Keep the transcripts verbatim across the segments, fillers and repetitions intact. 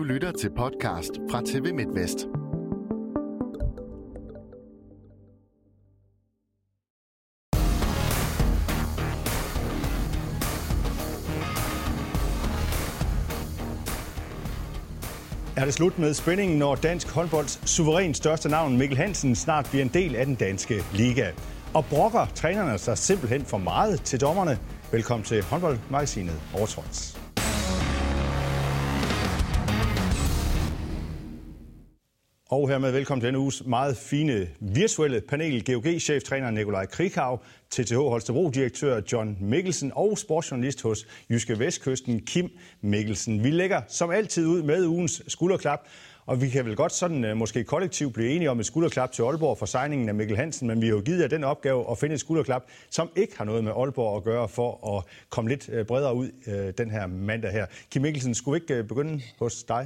Du lytter til podcast fra T V MidtVest. Er det slut med spændingen, når dansk håndbolds suverænt største navn Mikkel Hansen snart bliver en del af den danske liga? Og brokker trænerne sig simpelthen for meget til dommerne? Velkommen til håndboldmagasinet Overtråds. Og hermed velkommen til denne uges meget fine virtuelle panel. G O G-cheftræner Nikolaj Krikau, T T H Holstebro-direktør John Mikkelsen og sportsjournalist hos Jyske Vestkysten Kim Mikkelsen. Vi lægger som altid ud med ugens skulderklap, og vi kan vel godt sådan måske kollektivt blive enige om et skulderklap til Aalborg for signingen af Mikkel Hansen, men vi har jo givet jer den opgave at finde et skulderklap, som ikke har noget med Aalborg at gøre, for at komme lidt bredere ud den her mandag her. Kim Mikkelsen, skulle vi ikke begynde hos dig?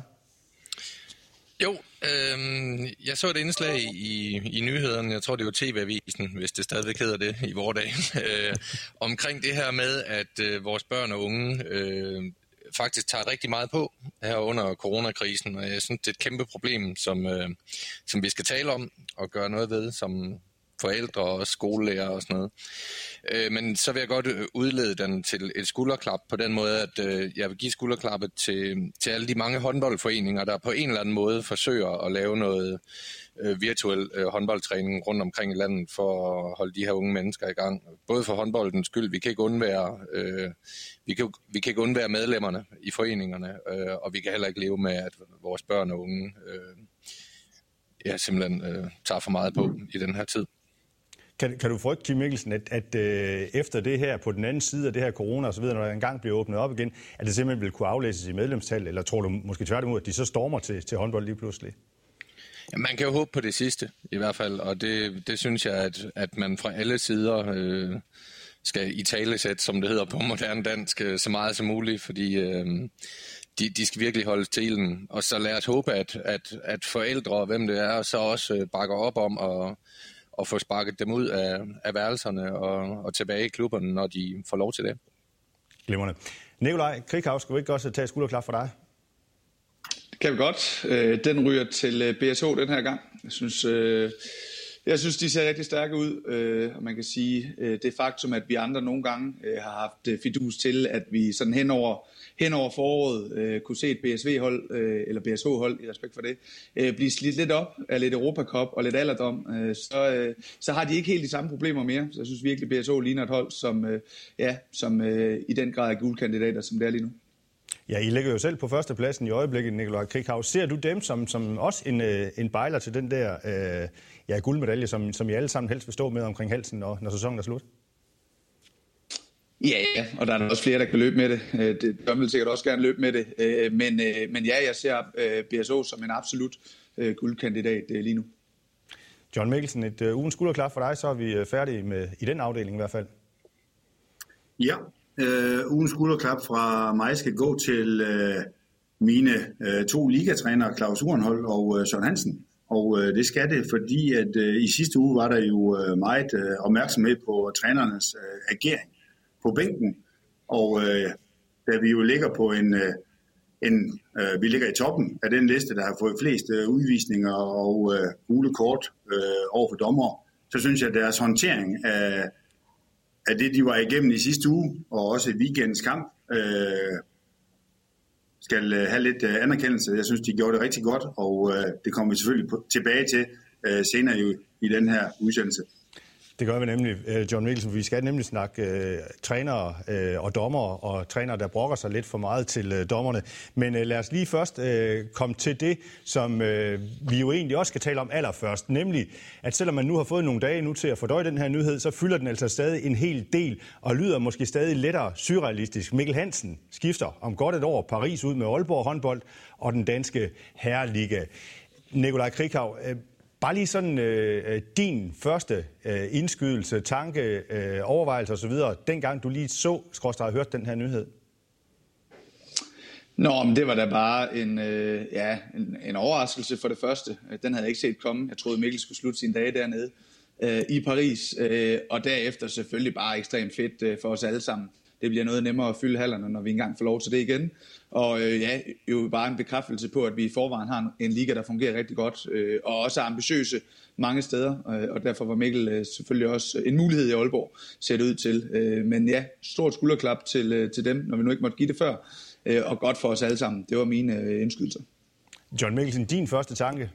Jo, øh, jeg så et indslag i, i nyhederne, jeg tror det var T V-avisen, hvis det stadigvæk hedder det i vore dage, øh, omkring det her med, at øh, vores børn og unge øh, faktisk tager rigtig meget på her under coronakrisen, og jeg synes, det er et kæmpe problem, som, øh, som vi skal tale om og gøre noget ved som forældre og skolelærer og sådan noget. Øh, men så vil jeg godt udlede den til et skulderklap på den måde, at øh, jeg vil give skulderklappet til, til alle de mange håndboldforeninger, der på en eller anden måde forsøger at lave noget øh, virtuel øh, håndboldtræning rundt omkring i landet for at holde de her unge mennesker i gang. Både for håndboldens skyld, vi kan ikke undvære, øh, vi kan, vi kan ikke undvære medlemmerne i foreningerne, øh, og vi kan heller ikke leve med, at vores børn og unge øh, ja, simpelthen øh, tager for meget på i den her tid. Kan, kan du frygte, Kim Mikkelsen, at, at øh, efter det her, på den anden side af det her corona og så videre, når der engang bliver åbnet op igen, at det simpelthen vil kunne aflæses i medlemstal, eller tror du måske tværtimod, at de så stormer til, til håndbold lige pludselig? Ja, man kan jo håbe på det sidste, i hvert fald, og det, det synes jeg, at, at man fra alle sider øh, skal i talesæt, som det hedder på moderne dansk, så meget som muligt, fordi øh, de, de skal virkelig holdes til ilden. Og så lad os håbe, at, at, at forældre og hvem det er, så også bakker op om at og få sparket dem ud af, af værelserne og, og tilbage i klubberne, når de får lov til det. Glimrende. Nikolaj Krikau, skal vi ikke også tage et skulderklap for dig? Det kan vi godt. Den ryger til B S H den her gang. Jeg synes, jeg synes de ser rigtig stærke ud, og man kan sige, det faktum, at vi andre nogle gange har haft fidus til, at vi sådan henover hen over foråret øh, kunne se et B S V-hold, øh, eller B S H-hold, i respekt for det, øh, blive slidt lidt op af lidt Europacup og lidt alderdom, øh, så, øh, så har de ikke helt de samme problemer mere. Så jeg synes virkelig, B S H ligner et hold, som, øh, ja, som øh, i den grad er guldkandidater, som det er lige nu. Ja, I ligger jo selv på førstepladsen i øjeblikket, Nikolaj Krikau. Ser du dem som, som også en, en bejler til den der øh, ja, guldmedalje, som, som I alle sammen helst vil stå med omkring halsen, når, når sæsonen er slut? Ja, ja, og der er også flere, der kan løbe med det. Det gør vil sikkert også gerne løbe med det. Men, men ja, jeg ser B S H som en absolut guldkandidat lige nu. John Mikkelsen, et uh, ugens skulderklap for dig, så er vi færdige med i den afdeling i hvert fald. Ja, øh, ugens skulderklap fra mig skal gå til øh, mine øh, to ligatrænere, Claus Urenhold og øh, Søren Hansen. Og øh, det skal det, fordi at øh, i sidste uge var der jo øh, meget øh, opmærksomhed på trænernes øh, agering på bænken, og øh, da vi jo ligger på en, øh, en øh, vi ligger i toppen af den liste, der har fået flest øh, udvisninger og øh, gule kort øh, over for dommer, så synes jeg, at deres håndtering af, af det, de var igennem i sidste uge, og også i weekendens kamp, øh, skal øh, have lidt øh, anerkendelse. Jeg synes, de gjorde det rigtig godt, og øh, det kommer vi selvfølgelig på, tilbage til øh, senere i, i den her udsendelse. Det gør vi nemlig, John Mikkelsen. Vi skal nemlig snakke øh, trænere øh, og dommere, og trænere, der brokker sig lidt for meget til øh, dommerne. Men øh, lad os lige først øh, komme til det, som øh, vi jo egentlig også skal tale om allerførst. Nemlig, at selvom man nu har fået nogle dage nu til at fordøje den her nyhed, så fylder den altså stadig en hel del, og lyder måske stadig lettere surrealistisk. Mikkel Hansen skifter om godt et år Paris ud med Aalborg håndbold og den danske herreliga. Nikolaj Krikau, øh, bare lige sådan øh, din første øh, indskydelse, tanke, øh, overvejelse osv., dengang du lige så, skråstreg, hørt den her nyhed? Nå, men det var da bare en, øh, ja, en, en overraskelse for det første. Den havde jeg ikke set komme. Jeg troede, Mikkel skulle slutte sine dage dernede øh, i Paris. Øh, og derefter selvfølgelig bare ekstremt fedt øh, for os alle sammen. det bliver noget nemmere at fylde hallerne, når vi engang får lov til det igen. Og øh, ja, jo bare en bekræftelse på, at vi i forvejen har en liga, der fungerer rigtig godt, øh, og også er ambitiøse mange steder, øh, og derfor var Mikkel øh, selvfølgelig også en mulighed i Aalborg, ser det ud til. Øh, men ja, stort skulderklap til, øh, til dem, når vi nu ikke måtte give det før, øh, og godt for os alle sammen. Det var mine øh, indskydelser. John Mikkelsen, din første tanke?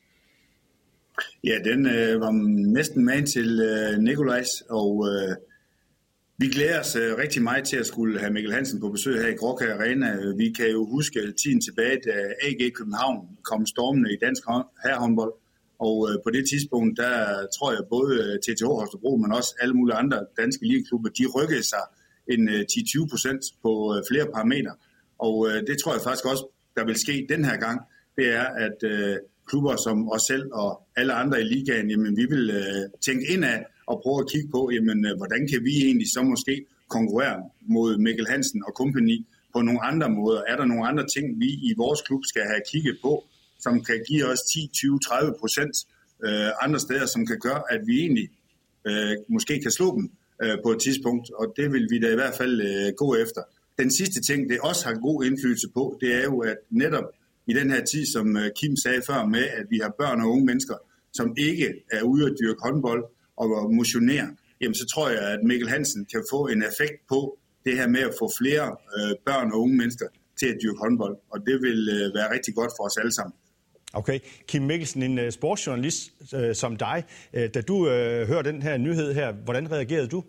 Ja, den øh, var næsten med til øh, Nikolajs, og øh, vi glæder os øh, rigtig meget til at skulle have Mikkel Hansen på besøg her i Gråkær Arena. Vi kan jo huske tiden tilbage, da A G København kom stormende i dansk herrehåndbold, og øh, på det tidspunkt, der tror jeg både T T H Holstebro, men også alle mulige andre danske ligaklubber, de rykkede sig en øh, ti til tyve procent på øh, flere parametre, og øh, det tror jeg faktisk også, der vil ske den her gang. Det er, at øh, klubber som os selv og alle andre i ligaen, jamen vi vil øh, tænke indad og prøve at kigge på, jamen øh, hvordan kan vi egentlig så måske konkurrere mod Mikkel Hansen og company på nogle andre måder? Er der nogle andre ting, vi i vores klub skal have kigget på, som kan give os ti, tyve, tredive procent øh, andre steder, som kan gøre, at vi egentlig øh, måske kan slå dem øh, på et tidspunkt, og det vil vi da i hvert fald øh, gå efter. Den sidste ting, det også har god indflydelse på, det er jo, at netop i den her tid, som Kim sagde før med, at vi har børn og unge mennesker, som ikke er ude at dyrke håndbold og motionere, jamen så tror jeg, at Mikkel Hansen kan få en effekt på det her med at få flere øh, børn og unge mennesker til at dyrke håndbold, og det vil øh, være rigtig godt for os alle sammen. Okay. Kim Mikkelsen, en uh, sportsjournalist uh, som dig, uh, da du uh, hører den her nyhed her, hvordan reagerede du?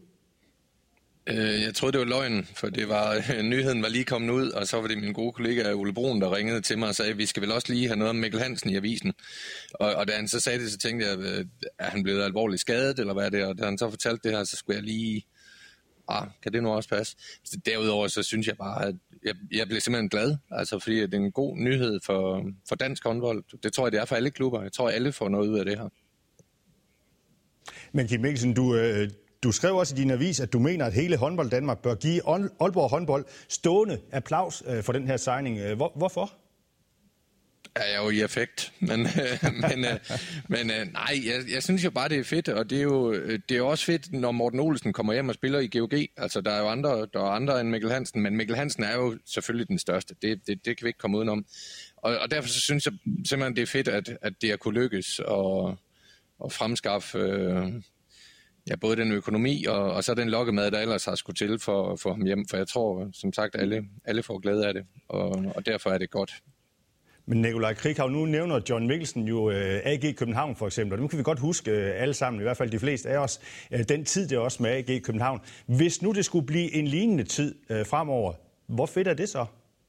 Jeg troede, det var løgn, for det var, nyheden var lige kommet ud, og så var det min gode kollega Ole Brun, der ringede til mig og sagde, at vi skal vel også lige have noget om Mikkel Hansen i avisen. Og, og da han så sagde det, så tænkte jeg, er han blevet alvorligt skadet, eller hvad er det? Og da han så fortalte det her, så skulle jeg lige, ah, kan det nu også passe? Så derudover, så synes jeg bare, at jeg, jeg blev simpelthen glad, altså fordi det er en god nyhed for, for dansk håndbold. Det tror jeg, det er for alle klubber. Jeg tror, alle får noget ud af det her. Men Kim Mikkelsen, du... Øh Du skrev også i din avis, at du mener, at hele håndbold Danmark bør give Aalborg håndbold stående applaus for den her signing. Hvor, hvorfor? Jeg er jo i effekt, men, men, men nej, jeg, jeg synes jo bare, det er fedt, og det er jo det er også fedt, når Morten Olsen kommer hjem og spiller i G O G. Altså, der er jo andre, der er andre end Mikkel Hansen, men Mikkel Hansen er jo selvfølgelig den største. Det, det, det kan vi ikke komme udenom. Og, og derfor så synes jeg simpelthen, det er fedt, at, at det har kunne lykkes at, at fremskaffe... Øh, Ja, både den økonomi og, og så den lokkemad, der ellers har skulle til for, for ham hjem. For jeg tror, som sagt, alle, alle får glæde af det, og, og derfor er det godt. Men Nikolaj Krikau, nu nævner John Mikkelsen jo uh, A G København for eksempel, og nu kan vi godt huske uh, alle sammen, i hvert fald de fleste af os, uh, den tid det også med A G København. Hvis nu det skulle blive en lignende tid uh, fremover, hvor fedt er det så?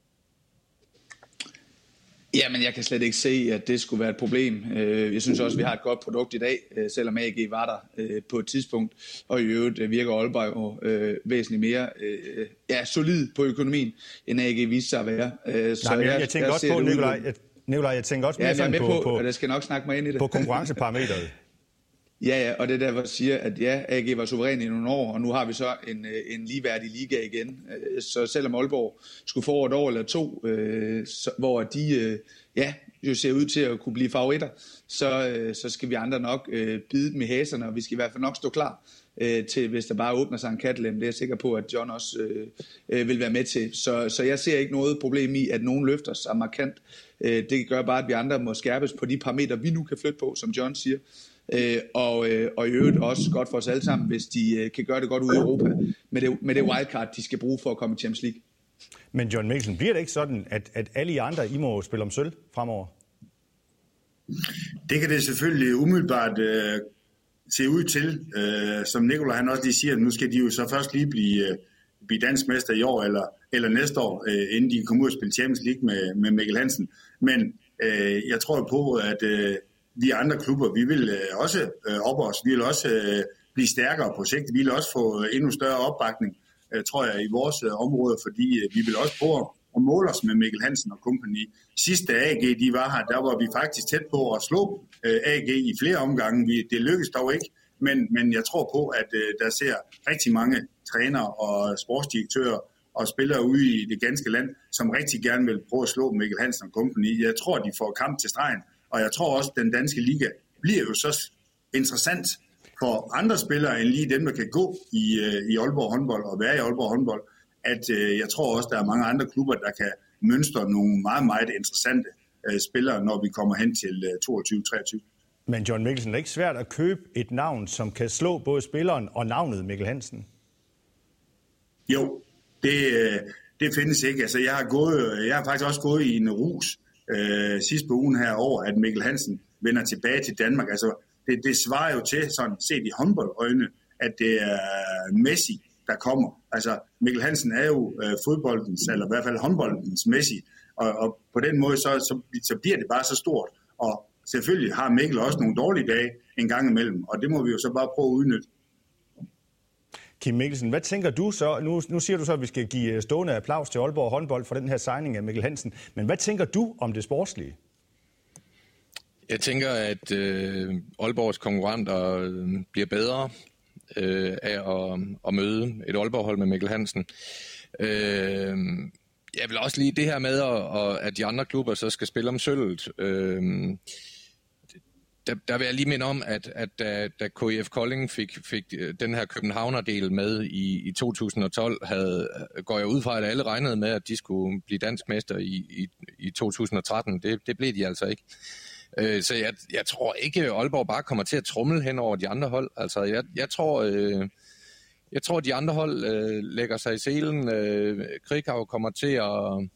Jamen, jeg kan slet ikke se, at det skulle være et problem. Jeg synes også, at vi har et godt produkt i dag, selvom A G var der på et tidspunkt, og i øvrigt virker Aalborg jo væsentligt mere ja, solid på økonomien, end A G viste sig at være. Så Nej, jeg, jeg tænker jeg også på, Nikolaj, jeg, Nikolaj, jeg tænker også ja, mere jeg er med på, på, på, og der skal nok snakke mig ind i det. På konkurrenceparametret. Ja, ja, og det er der, hvor jeg siger, at ja, A G var suveræn i nogle år, og nu har vi så en, en ligeværdig liga igen. Så selvom Aalborg skulle få et år eller to, øh, så, hvor de øh, ja, jo ser ud til at kunne blive favoritter, så, øh, så skal vi andre nok øh, bide dem i haserne, og vi skal i hvert fald nok stå klar øh, til, hvis der bare åbner sig en kattelem. Det er jeg sikker på, at John også øh, øh, vil være med til. Så, så jeg ser ikke noget problem i, at nogen løfter sig markant. Øh, det gør bare, at vi andre må skærpes på de parametre, vi nu kan flytte på, som John siger. Øh, og, øh, og i øvrigt også godt for os alle sammen, hvis de øh, kan gøre det godt ude i Europa med det, med det wildcard, de skal bruge for at komme i Champions League. Men John Mikkelsen, bliver det ikke sådan, at, at alle I andre, I må spille om sølv fremover? Det kan det selvfølgelig umiddelbart øh, se ud til. Øh, som Nikolaj han også lige siger, nu skal de jo så først lige blive, øh, blive dansk mester i år eller, eller næste år, øh, inden de kommer ud og spille Champions League med, med Mikkel Hansen. Men øh, jeg tror på, at øh, vi andre klubber, vi vil øh, også øh, op os, vi vil også øh, blive stærkere på sigt, vi vil også få endnu større opbakning, øh, tror jeg, i vores øh, område, fordi øh, vi vil også prøve at måle os med Mikkel Hansen og company. Sidste A G, de var her, der var vi faktisk tæt på at slå øh, A G i flere omgange. Vi, det lykkedes dog ikke, men, men jeg tror på, at øh, der ser rigtig mange trænere og sportsdirektører og spillere ude i det ganske land, som rigtig gerne vil prøve at slå Mikkel Hansen og company. Jeg tror, de får kamp til stregen. Og jeg tror også, at den danske liga bliver jo så interessant for andre spillere, end lige dem, der kan gå i, i Aalborg håndbold og være i Aalborg håndbold. at øh, jeg tror også, der er mange andre klubber, der kan mønstre nogle meget, meget interessante øh, spillere, når vi kommer hen til øh, toogtyve treogtyve. Men John Mikkelsen, er det ikke svært at købe et navn, som kan slå både spilleren og navnet Mikkel Hansen? Jo, det, det findes ikke. Altså, jeg har gået, jeg har faktisk også gået i en rus øh, sidste på ugen her over, at Mikkel Hansen vender tilbage til Danmark. Altså, det, det svarer jo til, sådan set i håndboldøjne, at det er Messi, der kommer. Altså, Mikkel Hansen er jo øh, fodboldens, eller i hvert fald håndboldens Messi, og, og på den måde, så, så, så bliver det bare så stort. Og selvfølgelig har Mikkel også nogle dårlige dage en gang imellem, og det må vi jo så bare prøve at udnytte. Kim Mikkelsen, hvad tænker du så? Nu, nu siger du så, at vi skal give stående applaus til Aalborg håndbold for den her signing af Mikkel Hansen. Men hvad tænker du om det sportslige? Jeg tænker, at øh, Aalborgs konkurrenter øh, bliver bedre øh, af at, at møde et Aalborg-hold med Mikkel Hansen. Øh, jeg vil også lige det her med, at, at de andre klubber så skal spille om sølvet. Øh, Der, der vil jeg lige minde om, at, at da, da K I F Kolding fik, fik den her Københavner-del med i, i to tusind og tolv, havde, går jeg ud fra, at alle regnede med, at de skulle blive dansk mester i, i, i to tusind og tretten. Det, det blev de altså ikke. Øh, så jeg, jeg tror ikke, at Aalborg bare kommer til at tromle hen over de andre hold. Altså, jeg, jeg tror... Øh, Jeg tror, de andre hold øh, lægger sig i selen. Øh, Krikau kommer til at og,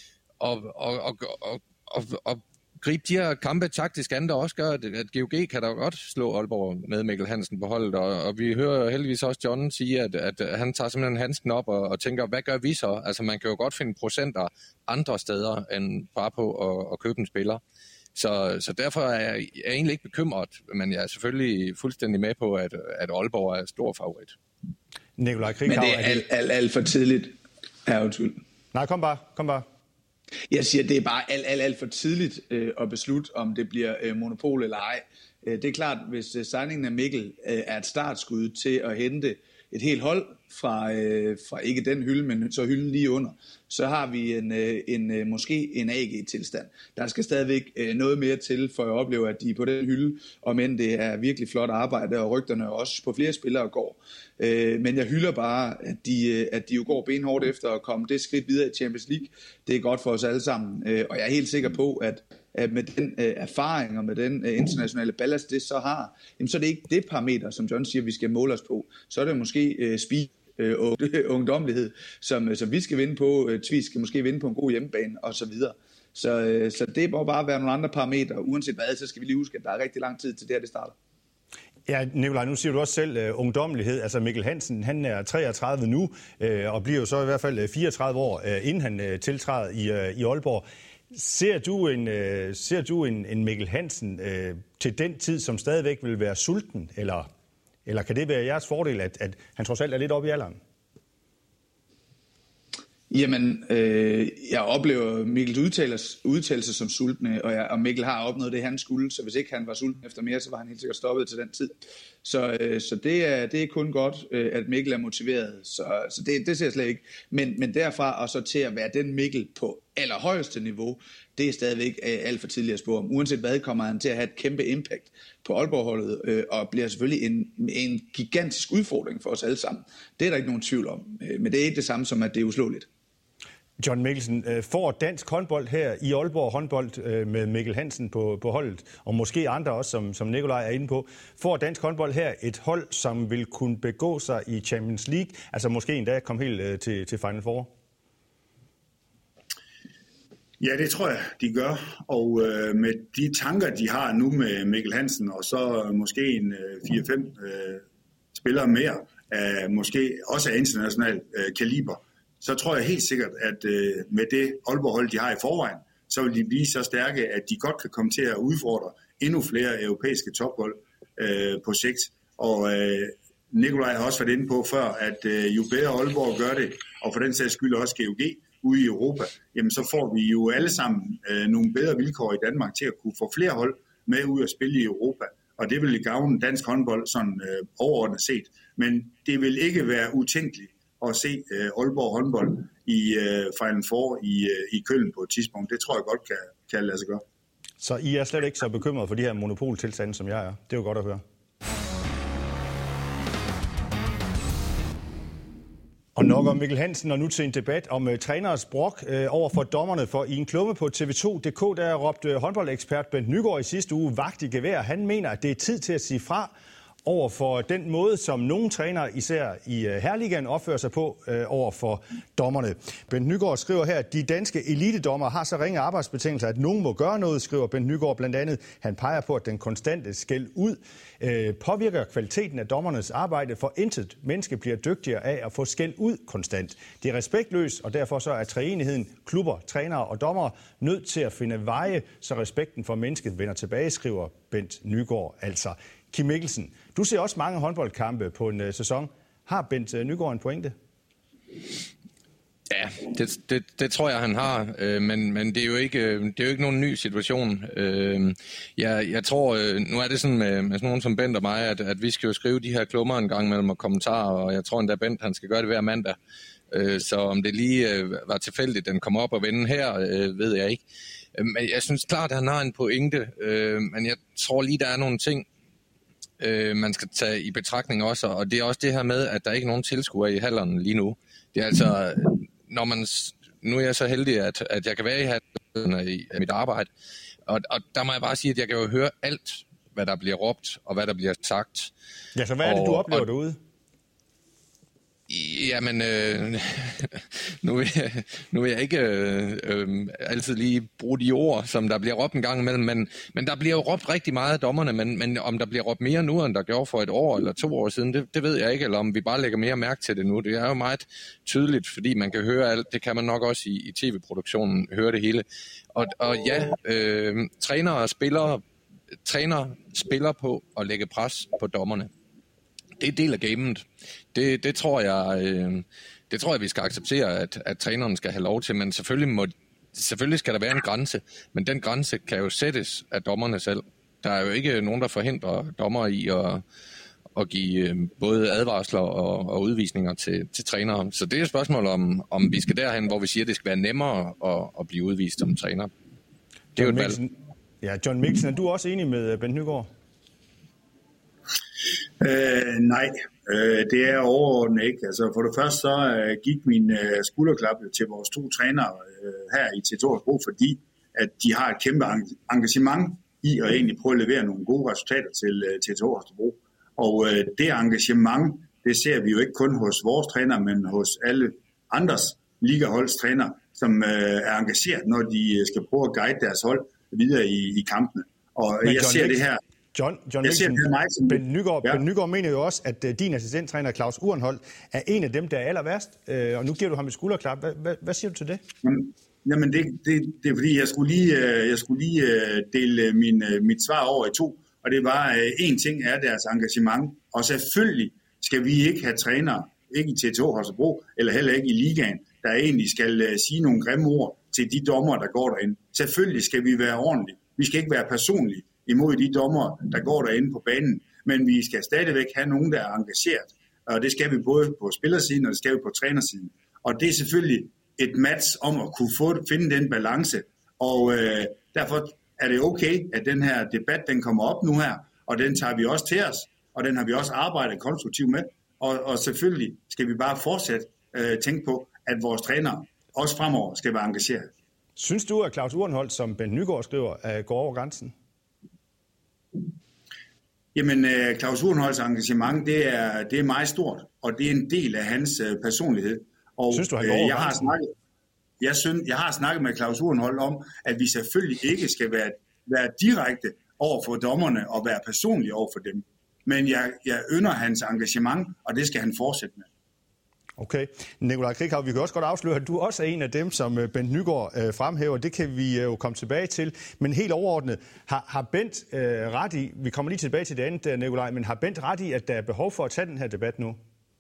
og, og, og, og, og gribe de her kampe taktisk an, der også gør, at, at G O G kan da godt slå Aalborg med Mikkel Hansen på holdet. Og, og vi hører heldigvis også John sige, at, at han tager simpelthen handsken op og, og tænker, hvad gør vi så? Altså man kan jo godt finde procenter andre steder, end bare på at, at købe en spiller. Så, så derfor er jeg, jeg er egentlig ikke bekymret, men jeg er selvfølgelig fuldstændig med på, at, at Aalborg er stor favorit. Nikolaj Krikau, men det er alt, alt, alt for tidligt. Ja, undskyld. Nej, kom bare, kom bare. Jeg siger, det er bare alt, alt, alt for tidligt øh, at beslutte, om det bliver øh, monopol eller ej. Øh, det er klart, hvis øh, signingen af Mikkel øh, er et startskud til at hente et helt hold fra, øh, fra ikke den hylde, men så hylden lige under, så har vi en, øh, en øh, måske en A G-tilstand. Der skal stadigvæk øh, noget mere til, for at opleve, at de er på den hylde, og men det er virkelig flot arbejde, og rygterne også på flere spillere går. Øh, men jeg hylder bare, at de, at de jo går benhårdt efter at komme det skridt videre i Champions League. Det er godt for os alle sammen, øh, og jeg er helt sikker på, at at med den øh, erfaring og med den øh, internationale ballast, det så har, jamen, så er det ikke det parameter, som John siger, vi skal måle os på. Så er det måske øh, speed øh, og ungdommelighed, som, øh, som vi skal vinde på. Øh, Tvis skal måske vinde på en god hjemmebane og så videre. Så, øh, så det må bare være nogle andre parametre. Uanset hvad, så skal vi lige huske, at der er rigtig lang tid til det her, det starter. Ja, Nikolaj, nu siger du også selv uh, ungdommelighed. Altså Mikkel Hansen, han er treogtredive nu, uh, og bliver jo så i hvert fald fireogtredive år, uh, inden han uh, tiltræder i, uh, i Aalborg. Ser du en, uh, ser du en, en Mikkel Hansen uh, til den tid, som stadigvæk vil være sulten, eller, eller kan det være jeres fordel, at, at han trods alt er lidt oppe i alderen? Jamen, øh, jeg oplever Mikkels udtalelse, udtalelse som sultne, og, jeg, og Mikkel har opnået det, han skulle, så hvis ikke han var sulten efter mere, så var han helt sikkert stoppet til den tid. Så, øh, så det, er, det er kun godt, øh, at Mikkel er motiveret, så, så det, det ser jeg slet ikke. Men, men derfra og så til at være den Mikkel på allerhøjeste niveau, det er stadigvæk øh, alt for tidligt at spå om. Uanset hvad, kommer han til at have et kæmpe impact på Aalborg-holdet, øh, og bliver selvfølgelig en, en gigantisk udfordring for os alle sammen. Det er der ikke nogen tvivl om, øh, men det er ikke det samme som, at det er uslåeligt. John Mikkelsen, får dansk håndbold her i Aalborg håndbold med Mikkel Hansen på, på holdet, og måske andre også, som, som Nikolaj er inde på, får dansk håndbold her et hold, som vil kunne begå sig i Champions League, altså måske endda komme helt til, til Final Four? Ja, det tror jeg, de gør, og øh, med de tanker, de har nu med Mikkel Hansen, og så måske en øh, fire fem øh, spillere mere, øh, måske også af international øh, kaliber, så tror jeg helt sikkert, at øh, med det Aalborg-hold, de har i forvejen, så vil de blive så stærke, at de godt kan komme til at udfordre endnu flere europæiske tophold øh, på sigt. Og øh, Nikolaj har også været inde på før, at øh, jo bedre Aalborg gør det, og for den sags skyld også G O G ude i Europa, jamen så får vi jo alle sammen øh, nogle bedre vilkår i Danmark til at kunne få flere hold med ud at spille i Europa. Og det vil gavne dansk håndbold sådan øh, overordnet set. Men det vil ikke være utænkeligt at se uh, Aalborg håndbold i uh, Final Four i, uh, i Køln på et tidspunkt. Det tror jeg godt kan, kan lade sig gøre. Så I er slet ikke så bekymret for de her monopoltilstande, som jeg er? Det er jo godt at høre. Og nok om Mikkel Hansen, og nu til en debat om uh, træneres brok uh, over for dommerne. For i en klumme på T V to punktum d k, der råbte håndboldekspert Bent Nygård i sidste uge vagt i gevær. Han mener, at det er tid til at sige fra over for den måde, som nogle trænere, især i uh, Herreligaen, opfører sig på uh, over for dommerne. Bent Nygård skriver her, at de danske elitedommer har så ringe arbejdsbetingelser, at nogen må gøre noget, skriver Bent Nygård blandt andet. Han peger på, at den konstante skæld ud uh, påvirker kvaliteten af dommernes arbejde, for intet menneske bliver dygtigere af at få skæld ud konstant. Det er respektløst, og derfor så er treenigheden, klubber, trænere og dommere nødt til at finde veje, så respekten for mennesket vender tilbage, skriver Bent Nygård altså. Kim Mikkelsen, du ser også mange håndboldkampe på en uh, sæson. Har Bent uh, Nygård en pointe? Ja, det, det, det tror jeg, han har, øh, men, men det, er jo ikke, det er jo ikke nogen ny situation. Øh, jeg, jeg tror, øh, nu er det sådan med, med sådan nogen som Bent og mig, at, at vi skal jo skrive de her klummer en gang mellem og kommentarer, og jeg tror endda Bent, han skal gøre det hver mandag. Øh, så om det lige øh, var tilfældigt, den kom op og vende her, øh, ved jeg ikke. Øh, men jeg synes klart, at han har en pointe, øh, men jeg tror lige, der er nogle ting, øh, man skal tage i betragtning også, og det er også det her med, at der ikke er nogen tilskuere i hallerne lige nu. Det er altså, når man, nu er jeg så heldig, at, at jeg kan være i hallerne i mit arbejde, og, og der må jeg bare sige, at jeg kan jo høre alt, hvad der bliver råbt, og hvad der bliver sagt. Ja, så hvad er det, du oplever og, derude? Jamen, øh, nu, vil jeg, nu vil jeg ikke øh, øh, altid lige bruge de ord, som der bliver råbt en gang imellem, men, men der bliver jo råbt rigtig meget af dommerne, men, men om der bliver råbt mere nu, end der gjorde for et år eller to år siden, det, det ved jeg ikke, eller om vi bare lægger mere mærke til det nu. Det er jo meget tydeligt, fordi man kan høre alt, det kan man nok også i, i tv-produktionen, høre det hele. Og, og ja, øh, trænere og spillere, trænere spiller på at lægge pres på dommerne. Det er del af gamet. Det, det, tror jeg, øh, det tror jeg, vi skal acceptere, at, at træneren skal have lov til. Men selvfølgelig, må, selvfølgelig skal der være en grænse. Men den grænse kan jo sættes af dommerne selv. Der er jo ikke nogen, der forhindrer dommer i at, at give øh, både advarsler og, og udvisninger til, til trænere. Så det er et spørgsmål om, om vi skal derhen, hvor vi siger, at det skal være nemmere at, at blive udvist som træner. Det er John jo et valg. Ja, John Mikkelsen, er du også enig med Bent Nygård? Øh, nej, øh, det er overordnet ikke. Altså for det første så øh, gik min øh, skulderklap til vores to trænere øh, her i T to Hobro, fordi at de har et kæmpe engagement i at egentlig prøve at levere nogle gode resultater til øh, T to Hobro. Og øh, det engagement, det ser vi jo ikke kun hos vores træner, men hos alle andres ligaholdstræner, som øh, er engageret, når de skal prøve at guide deres hold videre i, i kampene. Og men jeg ser det her. John, John Mikkelsen, Bent Nygård, ja. Bent Nygård mener jo også, at uh, din assistenttræner Claus Urenholdt er en af dem, der er aller værst, uh, og nu giver du ham et skulderklap. Hvad, hvad, hvad siger du til det? Jamen, jamen det, det, det er fordi, jeg skulle lige, uh, jeg skulle lige uh, dele min, uh, mit svar over i to, og det var, uh, en ting er deres engagement, og selvfølgelig skal vi ikke have trænere, ikke i T to Holstebro, eller heller ikke i ligaen, der egentlig skal uh, sige nogle grimme ord til de dommer, der går derinde. Selvfølgelig skal vi være ordentlige. Vi skal ikke være personlige imod de dommer, der går derinde på banen. Men vi skal stadigvæk have nogen, der er engageret. Og det skal vi både på spillersiden, og det skal vi på trænersiden. Og det er selvfølgelig et match om at kunne få, finde den balance. Og øh, derfor er det okay, at den her debat, den kommer op nu her. Og den tager vi også til os. Og den har vi også arbejdet konstruktivt med. Og, og selvfølgelig skal vi bare fortsat øh, tænke på, at vores trænere også fremover skal være engageret. Synes du, at Claus Urenholdt, som Bent Nygård skriver, går over grænsen? Jamen, Claus Urenholds engagement, det er, det er meget stort, og det er en del af hans uh, personlighed. Og synes du, han går over jeg har snakket, jeg, synes, jeg har snakket med Claus Urenhold om, at vi selvfølgelig ikke skal være, være direkte over for dommerne og være personlige over for dem. Men jeg, jeg ynder hans engagement, og det skal han fortsætte med. Okay. Nikolaj Krikau, vi kan også godt afsløre, at du også er en af dem, som Bent Nygård øh, fremhæver. Det kan vi øh, jo komme tilbage til. Men helt overordnet, har, har Bent øh, ret i, vi kommer lige tilbage til det andet, Nikolaj, men har Bent ret i, at der er behov for at tage den her debat nu?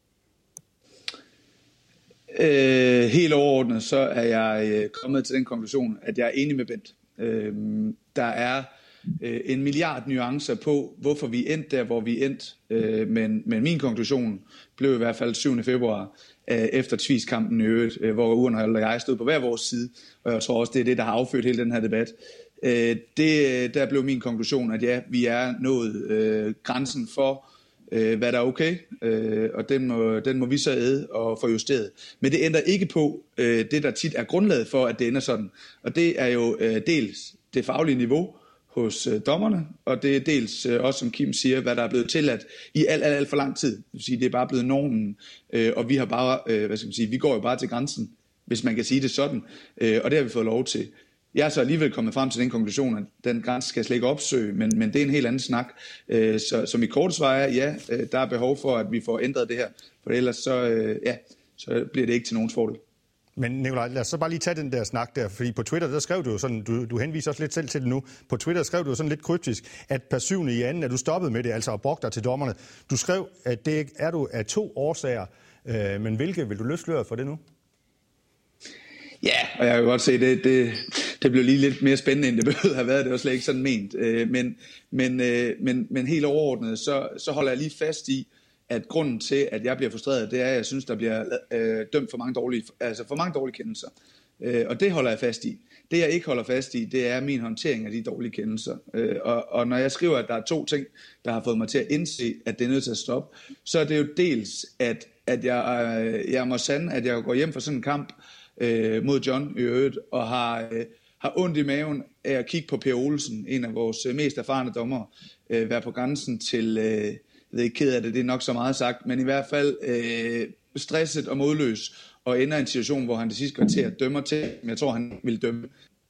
Øh, helt overordnet, så er jeg øh, kommet til den konklusion, at jeg er enig med Bent. Øh, der er øh, en milliard nuancer på, hvorfor vi endte der, hvor vi endte. Øh, men, men min konklusion blev i hvert fald syvende februar, øh, efter Tvis-kampen i øvrigt, øh, hvor Urenholdt og jeg stod på hver vores side. Og jeg tror også, det er det, der har affødt hele den her debat. Øh, det, der blev min konklusion, at ja, vi er nået øh, grænsen for øh, hvad der er okay, øh, og den må, den må vi så æde og få justeret. Men det ændrer ikke på øh, det, der tit er grundlaget for, at det ender sådan. Og det er jo øh, dels det faglige niveau hos øh, dommerne, og det er dels øh, også, som Kim siger, hvad der er blevet tilladt i alt, alt, alt for lang tid. Det vil sige, det er bare blevet normen, øh, og vi har bare, øh, hvad skal man sige, vi går jo bare til grænsen, hvis man kan sige det sådan, øh, og det har vi fået lov til. Jeg er så alligevel kommet frem til den konklusion, at den grænse skal slet ikke opsøge, men, men det er en helt anden snak. Øh, så, så mit korte svar er, ja, øh, der er behov for, at vi får ændret det her, for ellers så, øh, ja, så bliver det ikke til nogens fordel. Men Nikolaj, lad os så bare lige tage den der snak der, fordi på Twitter, der skrev du jo sådan, du, du henviser også lidt selv til det nu, på Twitter skrev du jo sådan lidt kryptisk, at per syvende i anden, at du stoppede med det, altså at brugte dig til dommerne. Du skrev, at det er du af to årsager, øh, men hvilke vil du løsløre for det nu? Ja, og jeg kan godt se, det, det, det blev lige lidt mere spændende, end det behøvede at have været. Det var slet ikke sådan ment. Men, men, men, men helt overordnet, så, så holder jeg lige fast i, at grunden til, at jeg bliver frustreret, det er, at jeg synes, der bliver øh, dømt for mange dårlige, altså for mange dårlige kendelser. Øh, og det holder jeg fast i. Det, jeg ikke holder fast i, det er min håndtering af de dårlige kendelser. Øh, og, og når jeg skriver, at der er to ting, der har fået mig til at indse, at det er nødt til at stoppe, så er det jo dels, at, at jeg, øh, jeg må sande, at jeg går hjem fra sådan en kamp, Øh, mod John i øvrigt, og har, øh, har ondt i maven af at kigge på Per Olsen, en af vores øh, mest erfarne dommere, øh, være på grænsen til, øh, jeg ved ikke, ked af det, det er nok så meget sagt, men i hvert fald øh, stresset og modløs, og ender i en situation, hvor han det sidste kvarter dømmer til, men jeg tror, han vil dømme,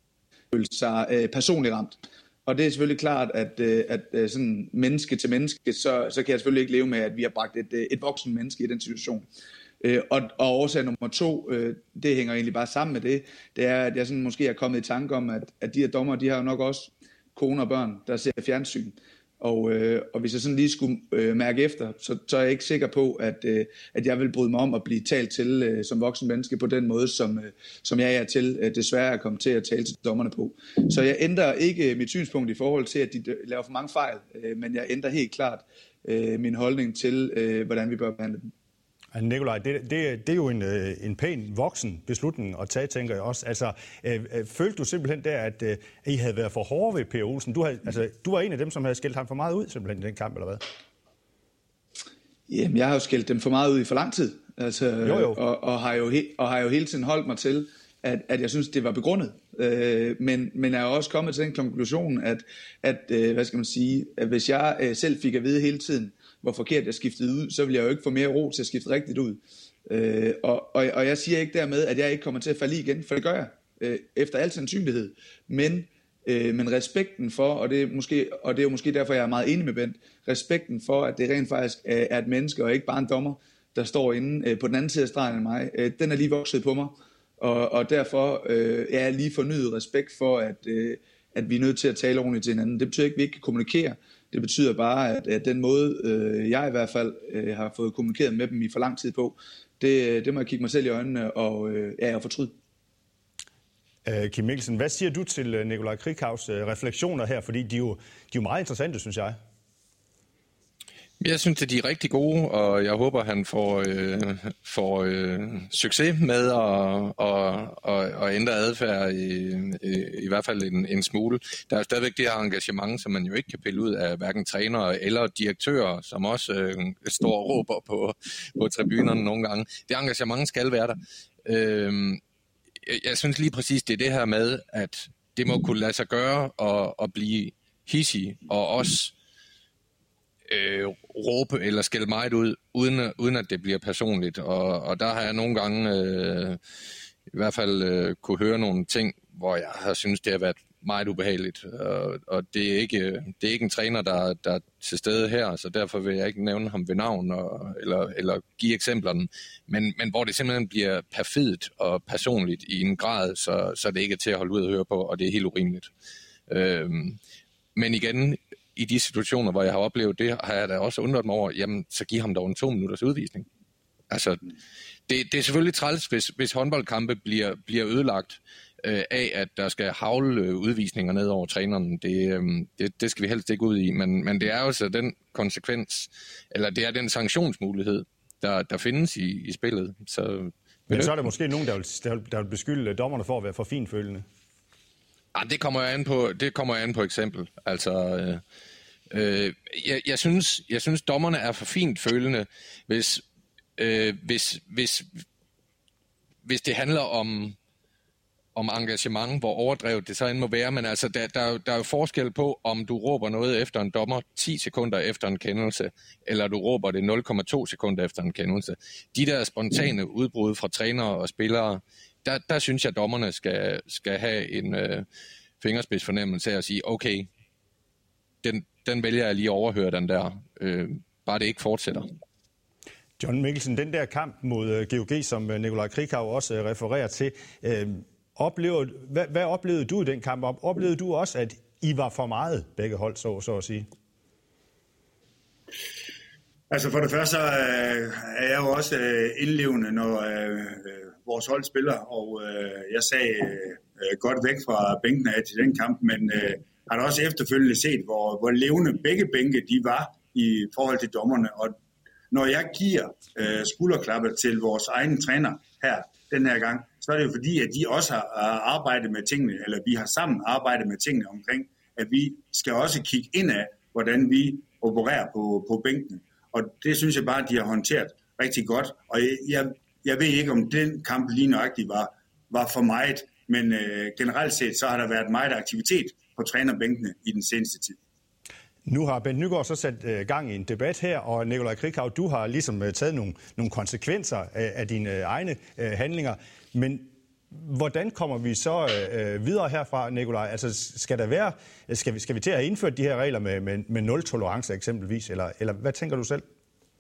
sig øh, personligt ramt. Og det er selvfølgelig klart, at, øh, at øh, sådan menneske til menneske, så, så kan jeg selvfølgelig ikke leve med, at vi har bragt et, et voksen menneske i den situation. Øh, og, og årsag nummer to, øh, det hænger egentlig bare sammen med det, det er, at jeg sådan måske er kommet i tanke om, at, at de her dommer, de har jo nok også kone og børn, der ser fjernsyn. Og, øh, og hvis jeg sådan lige skulle øh, mærke efter, så, så er jeg ikke sikker på, at, øh, at jeg vil bryde mig om at blive talt til øh, som voksen menneske på den måde, som, øh, som jeg er til, øh, desværre er kommet til at tale til dommerne på. Så jeg ændrer ikke mit synspunkt i forhold til, at de laver for mange fejl, øh, men jeg ændrer helt klart øh, min holdning til, øh, hvordan vi bør behandle dem. Nikolaj, det, det, det er jo en, en pæn voksen beslutning at tage, tænker jeg også. Altså, øh, følte du simpelthen der, at øh, I havde været for hårde ved Per Olsen? Du, havde, altså, du var en af dem, som havde skældt ham for meget ud simpelthen i den kamp, eller hvad? Jamen, jeg har jo skældt dem for meget ud i for lang tid. Altså, jo, jo. Og, og, har jo he, og har jo hele tiden holdt mig til, at, at jeg synes, det var begrundet. Øh, men, men jeg er også kommet til den konklusion, at, at øh, hvad skal man sige, at hvis jeg øh, selv fik at vide hele tiden, hvor forkert jeg skiftede ud, så vil jeg jo ikke få mere ro til at skifte rigtigt ud. Øh, og, og, og jeg siger ikke dermed, at jeg ikke kommer til at falde igen, for det gør jeg, øh, efter al sandsynlighed. Men, øh, men respekten for, og det, er måske, og det er jo måske derfor, jeg er meget enig med Bent, respekten for, at det rent faktisk er et menneske, og ikke bare en dommer, der står inde øh, på den anden side af stregen end mig, øh, den er lige vokset på mig. Og, og derfor øh, er jeg lige fornyet respekt for, at, øh, at vi er nødt til at tale ordentligt til hinanden. Det betyder ikke, at vi ikke kan kommunikere. Det betyder bare, at, at den måde, øh, jeg i hvert fald øh, har fået kommunikeret med dem i for lang tid på, det, det må jeg kigge mig selv i øjnene og, øh, ja, og fortryde. Uh, Kim Mikkelsen, hvad siger du til Nikolaj Krieghaus uh, refleksioner her? Fordi de er, jo, de er jo meget interessante, synes jeg. Jeg synes, at de er rigtig gode, og jeg håber, han får, øh, får øh, succes med at, at, at, at ændre adfærd, i, i, i hvert fald en, en smule. Der er stadigvæk det her engagement, som man jo ikke kan pille ud af hverken trænere eller direktører, som også øh, står og råber på, på tribunerne nogle gange. Det engagement skal være der. Øh, jeg synes lige præcis, det er det her med, at det må kunne lade sig gøre og, og blive hissig, og også Øh, råbe eller skælde meget ud, uden, uden at det bliver personligt. Og, og der har jeg nogle gange øh, i hvert fald øh, kunne høre nogle ting, hvor jeg har synes det har været meget ubehageligt. Og, og det, er ikke, det er ikke en træner, der, der er til stede her, så derfor vil jeg ikke nævne ham ved navn og, eller, eller give eksemplerne. Men, men hvor det simpelthen bliver perfidt og personligt i en grad, så, så det ikke er til at holde ud og høre på, og det er helt urimeligt. Øh, men igen, i de situationer, hvor jeg har oplevet det, har jeg da også undret mig over, jamen, så giv ham dog en to minutters udvisning. Altså, det, det er selvfølgelig træls, hvis, hvis håndboldkampe bliver, bliver ødelagt øh, af, at der skal havle udvisninger ned over træneren. Det, øh, det, det skal vi helst ikke ud i, men, men det er jo så den konsekvens, eller det er den sanktionsmulighed, der, der findes i, i spillet. Så, men så er der måske nogen, der vil, der vil, der vil beskylde dommerne for at være for finfølende. Ah, det kommer jeg an på, det kommer jeg an på eksempel. Altså, øh, Øh, jeg, jeg, synes, jeg synes, dommerne er for fint følende, hvis, øh, hvis, hvis, hvis det handler om, om engagement, hvor overdrevet det så end må være, men altså, der, der, der er jo forskel på, om du råber noget efter en dommer ti sekunder efter en kendelse, eller du råber det nul komma to sekunder efter en kendelse. De der spontane udbrud fra trænere og spillere, der, der synes jeg, dommerne skal, skal have en øh, fingerspidsfornemmelse af at sige, okay, den, den vælger jeg lige at overhøre, den der. Øh, bare det ikke fortsætter. John Mikkelsen, den der kamp mod G O G, som Nikolaj Krikau også refererer til, øh, oplever, hvad, hvad oplevede du i den kamp? Oplevede du også, at I var for meget begge hold, så, så at sige? Altså for det første så er jeg jo også indlevende, når øh, vores hold spiller, og øh, jeg sagde øh, godt væk fra bænken af til den kamp, men øh, har da også efterfølgende set, hvor, hvor levende begge bænke de var i forhold til dommerne. Og når jeg giver øh, skulderklapper til vores egen træner her den her gang, så er det jo fordi, at de også har arbejdet med tingene, eller vi har sammen arbejdet med tingene omkring, at vi skal også kigge ind af, hvordan vi opererer på, på bænken. Og det synes jeg bare, at de har håndteret rigtig godt. Og jeg, jeg ved ikke, om den kamp lige nøjagtigt var, var for meget, men øh, generelt set, så har der været meget aktivitet på trænerbænkene i den seneste tid. Nu har Bent Nyegaard så sat øh, gang i en debat her, og Nikolaj Krikau, du har ligesom øh, taget nogle, nogle konsekvenser af, af dine øh, egne øh, handlinger. Men hvordan kommer vi så øh, videre herfra, Nikolaj? Altså, skal der være, skal vi, skal vi til at indføre de her regler med, med, med nul tolerance eksempelvis, eller, eller hvad tænker du selv?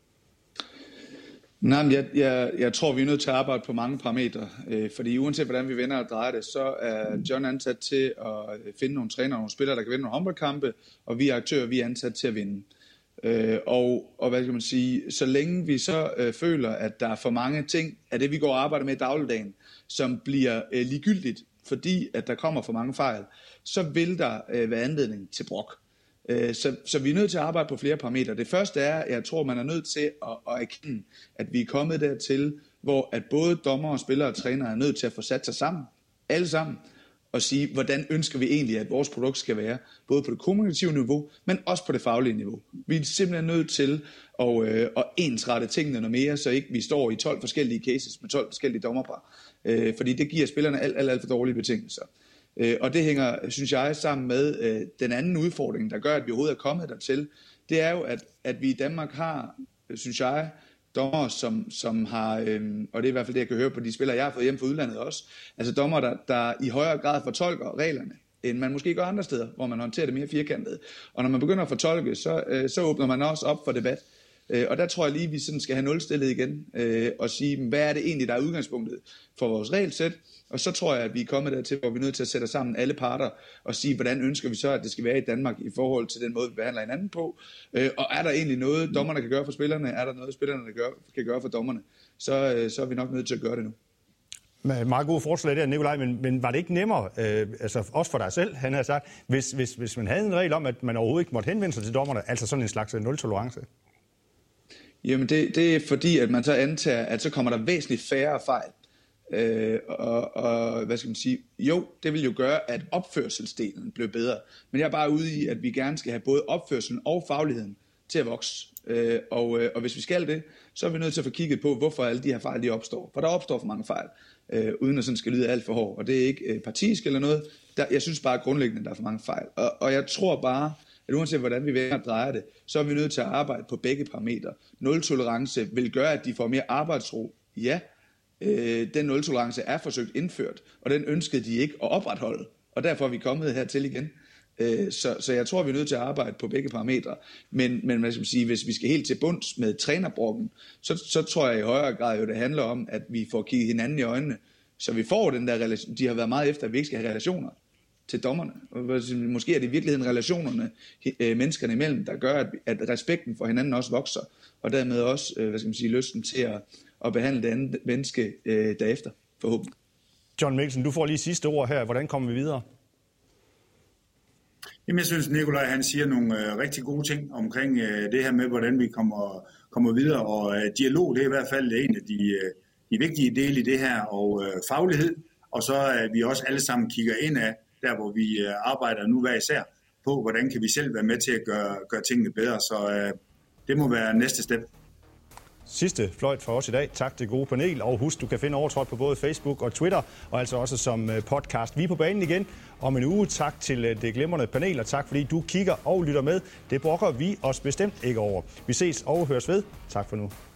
Nej, men jeg, jeg, jeg tror, vi er nødt til at arbejde på mange parametre, øh, fordi uanset hvordan vi vender og drejer det, så er John ansat til at finde nogle trænere og nogle spillere, der kan vinde nogle håndboldkampe, og vi er aktører, vi er ansat til at vinde. Øh, og, og hvad skal man sige, så længe vi så øh, føler, at der er for mange ting af det, vi går og arbejder med i dagligdagen, som bliver øh, ligegyldigt, fordi at der kommer for mange fejl, så vil der øh, være anledning til brok. Så, så vi er nødt til at arbejde på flere parametre. Det første er, at jeg tror, man er nødt til at, at erkende, at vi er kommet dertil, hvor at både dommer, spillere og trænere er nødt til at få sat sig sammen, alle sammen, og sige, hvordan ønsker vi egentlig, at vores produkt skal være, både på det kommunikative niveau, men også på det faglige niveau. Vi er simpelthen nødt til at, øh, at ensrette tingene noget mere, så ikke vi står i tolv forskellige cases med tolv forskellige dommerpar, øh, fordi det giver spillerne alt, alt, alt for dårlige betingelser. Og det hænger, synes jeg, sammen med øh, den anden udfordring, der gør, at vi overhovedet er kommet dertil. Det er jo, at, at vi i Danmark har, synes jeg, dommer, som, som har, øh, og det er i hvert fald det, jeg kan høre på de spillere, jeg har fået hjem fra udlandet også, altså dommer, der, der i højere grad fortolker reglerne, end man måske gør andre steder, hvor man håndterer det mere firkantet. Og når man begynder at fortolke, så, øh, så åbner man også op for debat. Og der tror jeg lige, at vi sådan skal have nulstillet igen øh, og sige, hvad er det egentlig, der er udgangspunktet for vores regelsæt. Og så tror jeg, at vi er kommet dertil, hvor vi er nødt til at sætte sammen alle parter og sige, hvordan ønsker vi så, at det skal være i Danmark i forhold til den måde, vi behandler hinanden på. Øh, og er der egentlig noget, dommerne kan gøre for spillerne? Er der noget, spillerne der gør, kan gøre for dommerne? Så, øh, så er vi nok nødt til at gøre det nu. Meget gode forslag der, Nikolaj, men, men var det ikke nemmere, øh, altså også for dig selv, han har sagt, hvis, hvis, hvis man havde en regel om, at man overhovedet ikke måtte henvende sig til dommerne, altså sådan en slags nul-tolerance? Jamen det, det er fordi, at man så antager, at så kommer der væsentligt færre fejl. Øh, og, og hvad skal man sige? Jo, det vil jo gøre, at opførselsdelen bliver bedre. Men jeg er bare ude i, at vi gerne skal have både opførselen og fagligheden til at vokse. Øh, og, og hvis vi skal det, så er vi nødt til at få kigget på, hvorfor alle de her fejl de opstår. For der opstår for mange fejl, øh, uden at sådan skal lyde alt for hårdt. Og det er ikke øh, partisk eller noget. Der, jeg synes bare grundlæggende, at der er for mange fejl. Og, og jeg tror bare, at uanset hvordan vi vender og drejer det, så er vi nødt til at arbejde på begge parametre. Nul-tolerance vil gøre, at de får mere arbejdsro. Ja, øh, den nul-tolerance er forsøgt indført, og den ønskede de ikke at opretholde. Og derfor er vi kommet hertil igen. Øh, så, så jeg tror, vi er nødt til at arbejde på begge parametre. Men, men hvad skal man sige, hvis vi skal helt til bunds med trænerbrokken, så, så tror jeg i højere grad jo, det handler om, at vi får kigget hinanden i øjnene, så vi får den der relation. De har været meget efter, at vi ikke skal have relationer til dommerne. Måske er det i virkeligheden relationerne menneskerne imellem, der gør, at respekten for hinanden også vokser, og dermed også, hvad skal man sige, lysten til at, at behandle det andet menneske derefter, forhåbentlig. John Mikkelsen, du får lige sidste ord her. Hvordan kommer vi videre? Jamen, jeg synes, Nikolaj han siger nogle øh, rigtig gode ting omkring øh, det her med, hvordan vi kommer, kommer videre, og øh, dialog, det er i hvert fald en af de, øh, de vigtige dele i det her, og øh, faglighed, og så at øh, vi også alle sammen kigger ind af, der hvor vi arbejder nu hver især, på, hvordan kan vi selv være med til at gøre, gøre tingene bedre. Så øh, det må være næste step. Sidste fløjt for os i dag. Tak til gode panel, og husk, du kan finde Overtrådt på både Facebook og Twitter, og altså også som podcast. Vi er på banen igen om en uge. Tak til det glimrende panel, og tak fordi du kigger og lytter med. Det brokker vi os bestemt ikke over. Vi ses og høres ved. Tak for nu.